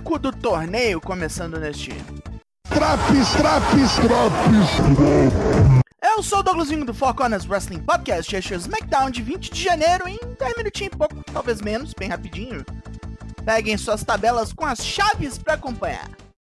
arco do torneio começando neste... Traps. Eu sou o Douglasinho do Four Corners Wrestling Podcast, este é o SmackDown de 20 de janeiro em 10 minutinhos e pouco, talvez menos, bem rapidinho. Peguem suas tabelas com as chaves para acompanhar.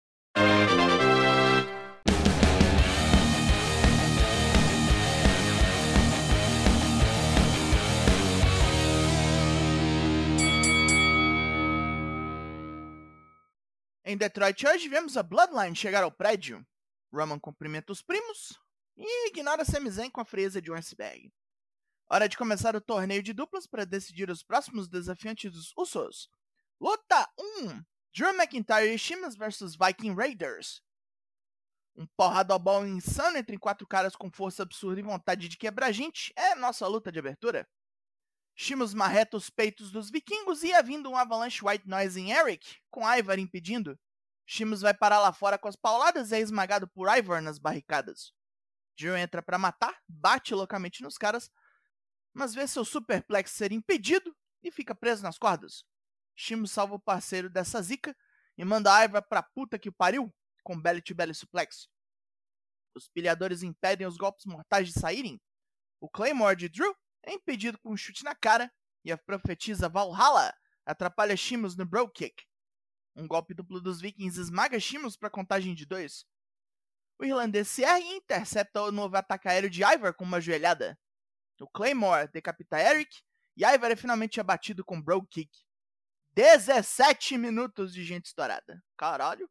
Em Detroit hoje vemos a Bloodline chegar ao prédio. Roman cumprimenta os primos e ignora Sami Zayn com a frieza de um iceberg. Hora de começar o torneio de duplas para decidir os próximos desafiantes dos Usos. Luta 1: Drew McIntyre e Sheamus vs Viking Raiders. Um porradobol insano entre 4 caras com força absurda e vontade de quebrar gente é nossa luta de abertura. Sheamus marreta os peitos dos vikingos e vindo um Avalanche White Noise em Eric, com Ivar impedindo. Sheamus vai parar lá fora com as pauladas e é esmagado por Ivar nas barricadas. Drew entra para matar, bate loucamente nos caras, mas vê seu superplex ser impedido e fica preso nas cordas. Sheamus salva o parceiro dessa zica e manda Ivar pra puta que o pariu com belly-to-belly suplex. Os pilhadores impedem os golpes mortais de saírem. O Claymore de Drew é impedido com um chute na cara e a profetisa Valhalla atrapalha Sheamus no Bro Kick. Um golpe duplo dos Vikings esmaga Sheamus para contagem de 2. O irlandês se ergue e intercepta o novo ataque aéreo de Ivar com uma joelhada. O Claymore decapita Eric e Ivar é finalmente abatido com Bro Kick. 17 minutos de gente estourada. Caralho.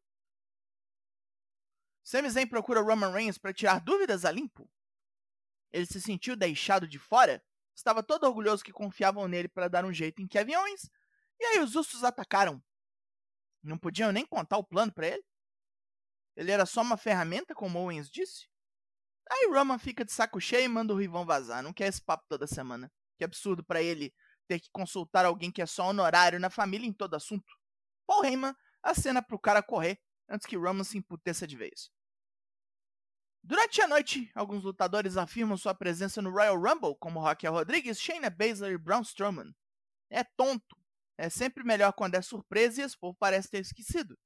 Sami Zayn procura Roman Reigns para tirar dúvidas a limpo. Ele se sentiu deixado de fora. Estava todo orgulhoso que confiavam nele para dar um jeito em Kevin Owens. E aí os Usos atacaram. Não podiam nem contar o plano para ele. Ele era só uma ferramenta, como Owens disse. Aí Roman fica de saco cheio e manda o Rivão vazar. Não quer esse papo toda semana. Que absurdo para ele ter que consultar alguém que é só honorário na família em todo assunto. Paul Heyman acena pro cara correr antes que Roman se emputeça de vez. Durante a noite, alguns lutadores afirmam sua presença no Royal Rumble, como Raquel Rodrigues, Shayna Baszler e Braun Strowman. É tonto. É sempre melhor quando é surpresa e esse povo parece ter esquecido.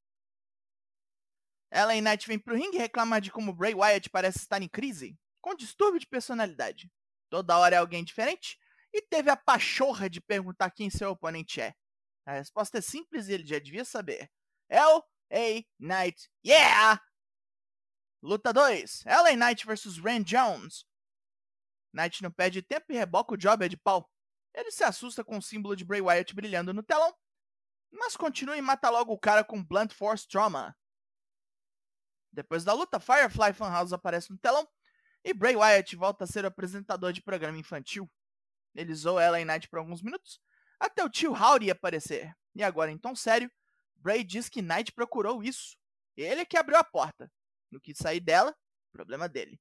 LA Knight vem pro ringue reclamar de como Bray Wyatt parece estar em crise, com distúrbio de personalidade. Toda hora é alguém diferente e teve a pachorra de perguntar quem seu oponente é. A resposta é simples e ele já devia saber. LA Knight, yeah! Luta 2, LA Knight vs Ren Jones. Knight não perde tempo e reboca o Jobber de pau. Ele se assusta com o símbolo de Bray Wyatt brilhando no telão, mas continua e mata logo o cara com Blunt Force Trauma. Depois da luta, Firefly Funhouse aparece no telão e Bray Wyatt volta a ser o apresentador de programa infantil. Ele zoou LA Knight por alguns minutos, até o tio Howdy aparecer. E agora, em tom sério, Bray diz que Knight procurou isso. Ele é que abriu a porta. No que sair dela, problema dele.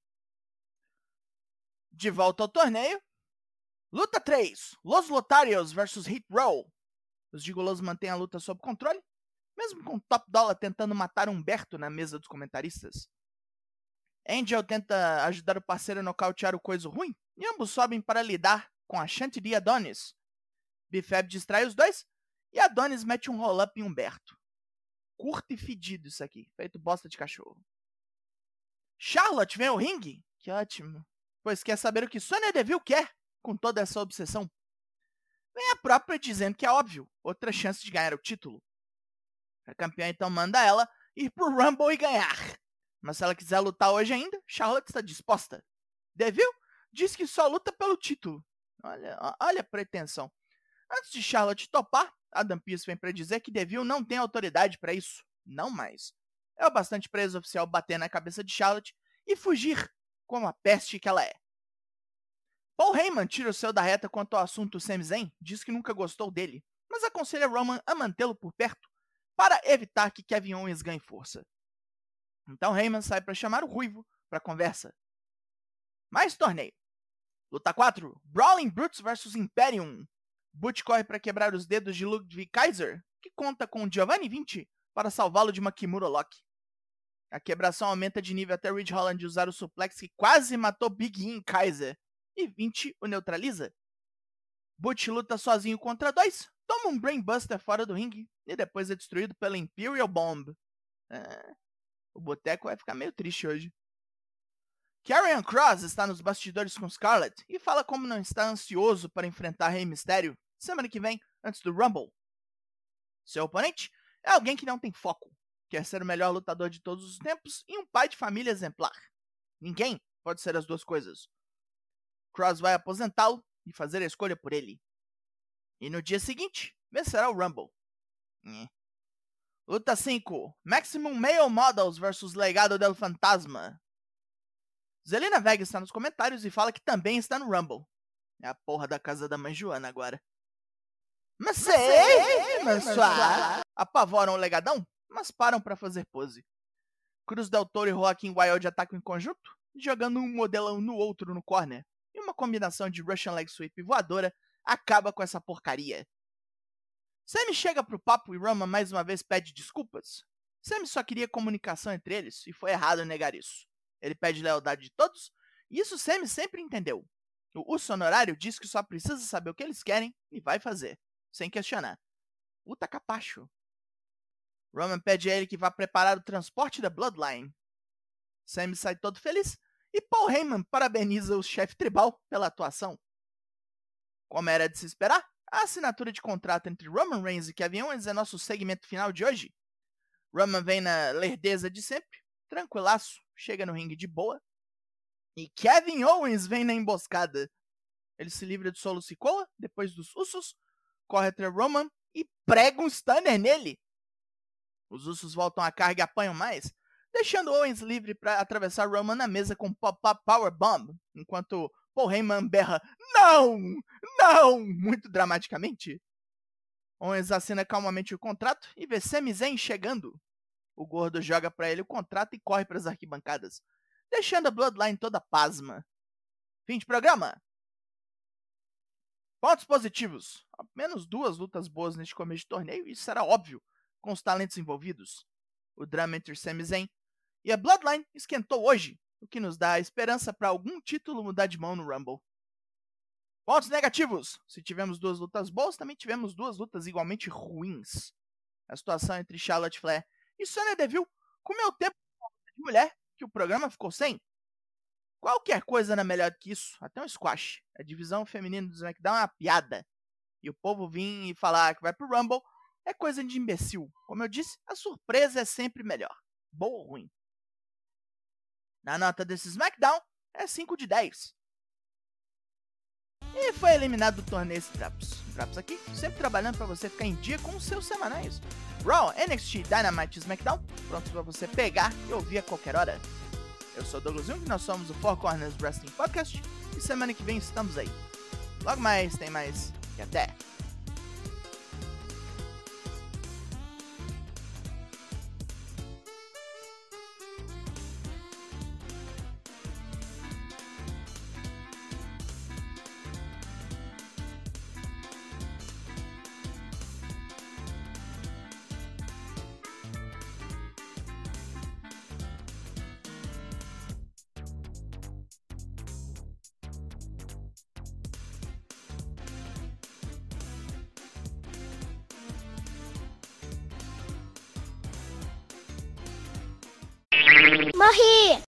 De volta ao torneio. Luta 3. Los Lotarios vs Hit Row. Os gigolos mantêm a luta sob controle, mesmo com Top Dollar tentando matar Humberto na mesa dos comentaristas. Angel tenta ajudar o parceiro a nocautear o coisa ruim, e ambos sobem para lidar com a Chantilly Adonis. Bifab distrai os dois, e Adonis mete um roll-up em Humberto. Curto e fedido isso aqui, feito bosta de cachorro. Charlotte vem ao ringue? Que ótimo. Pois quer saber o que Sonya Deville quer com toda essa obsessão. Vem a própria dizendo que é óbvio, outra chance de ganhar o título. A campeã então manda ela ir pro Rumble e ganhar. Mas se ela quiser lutar hoje ainda, Charlotte está disposta. Deville diz que só luta pelo título. Olha a pretensão. Antes de Charlotte topar, Adam Pearce vem para dizer que Deville não tem autoridade para isso. Não mais. É o bastante para ex-oficial bater na cabeça de Charlotte e fugir como a peste que ela é. Paul Heyman tira o seu da reta quanto ao assunto Sami Zayn, diz que nunca gostou dele, mas aconselha Roman a mantê-lo por perto para evitar que Kevin Owens ganhe força. Então Heyman sai para chamar o Ruivo para conversa. Mais torneio. Luta 4. Brawling Brutes vs Imperium. Butch corre para quebrar os dedos de Ludwig Kaiser, que conta com Giovanni Vinci para salvá-lo de uma Kimura Lock. A quebração aumenta de nível até Ridge Holland usar o suplex que quase matou Big E em Kaiser, e Vinci o neutraliza. Butch luta sozinho contra 2, toma um Brainbuster fora do ringue e depois é destruído pela Imperial Bomb. O boteco vai ficar meio triste hoje. Karrion Kross está nos bastidores com Scarlett e fala como não está ansioso para enfrentar Rey Mysterio semana que vem, antes do Rumble. Seu oponente é alguém que não tem foco, quer ser o melhor lutador de todos os tempos e um pai de família exemplar. Ninguém pode ser as duas coisas. Kross vai aposentá-lo e fazer a escolha por ele. E no dia seguinte, vencerá o Rumble. Luta 5. Maximum Male Models vs Legado del Fantasma. Zelina Vega está nos comentários e fala que também está no Rumble. É a porra da casa da mãe Joana agora. Mas apavoram o legadão, mas param para fazer pose. Cruz Del Toro e Joaquim Wilde atacam em conjunto, jogando um modelão no outro no corner. E uma combinação de Russian Leg Sweep e voadora acaba com essa porcaria. Sami chega pro papo e Roman mais uma vez pede desculpas. Sami só queria comunicação entre eles e foi errado negar isso. Ele pede lealdade de todos e isso Sami sempre entendeu. O Uso Honorário diz que só precisa saber o que eles querem e vai fazer, sem questionar. Puta capacho. Roman pede a ele que vá preparar o transporte da Bloodline. Sami sai todo feliz e Paul Heyman parabeniza o chefe tribal pela atuação. Como era de se esperar, a assinatura de contrato entre Roman Reigns e Kevin Owens é nosso segmento final de hoje. Roman vem na lerdeza de sempre, tranquilaço, chega no ringue de boa. E Kevin Owens vem na emboscada. Ele se livra de Solo Sikoa, depois dos Usos, corre até Roman e prega um stunner nele. Os Usos voltam à carga e apanham mais, deixando Owens livre para atravessar Roman na mesa com Pop-Up Powerbomb, enquanto Paul Heyman berra "Não! Não!" muito dramaticamente. Owens assina calmamente o contrato e vê Sami Zayn chegando. O gordo joga para ele o contrato e corre para as arquibancadas, deixando a Bloodline toda pasma. Fim de programa. Pontos positivos. Apenas 2 lutas boas neste começo de torneio, e isso era óbvio, com os talentos envolvidos. O drama entre Sami Zayn e a Bloodline esquentou hoje, o que nos dá a esperança para algum título mudar de mão no Rumble. Pontos negativos. Se tivemos 2 lutas boas, também tivemos 2 lutas igualmente ruins. A situação entre Charlotte Flair e Sonya Deville comeu tempo de mulher que o programa ficou sem. Qualquer coisa era melhor do que isso, até um squash. A divisão feminina do SmackDown é uma piada. E o povo vir e falar que vai pro Rumble é coisa de imbecil. Como eu disse, a surpresa é sempre melhor. Boa ou ruim. Na nota desse SmackDown, é 5 de 10. E foi eliminado do torneio esse Traps. Traps aqui, sempre trabalhando para você ficar em dia com os seus semanais. Raw, NXT, Dynamite e SmackDown, prontos para você pegar e ouvir a qualquer hora. Eu sou o Douglas Jung, nós somos o Four Corners Wrestling Podcast, e semana que vem estamos aí. Logo mais, tem mais, e até! Morri!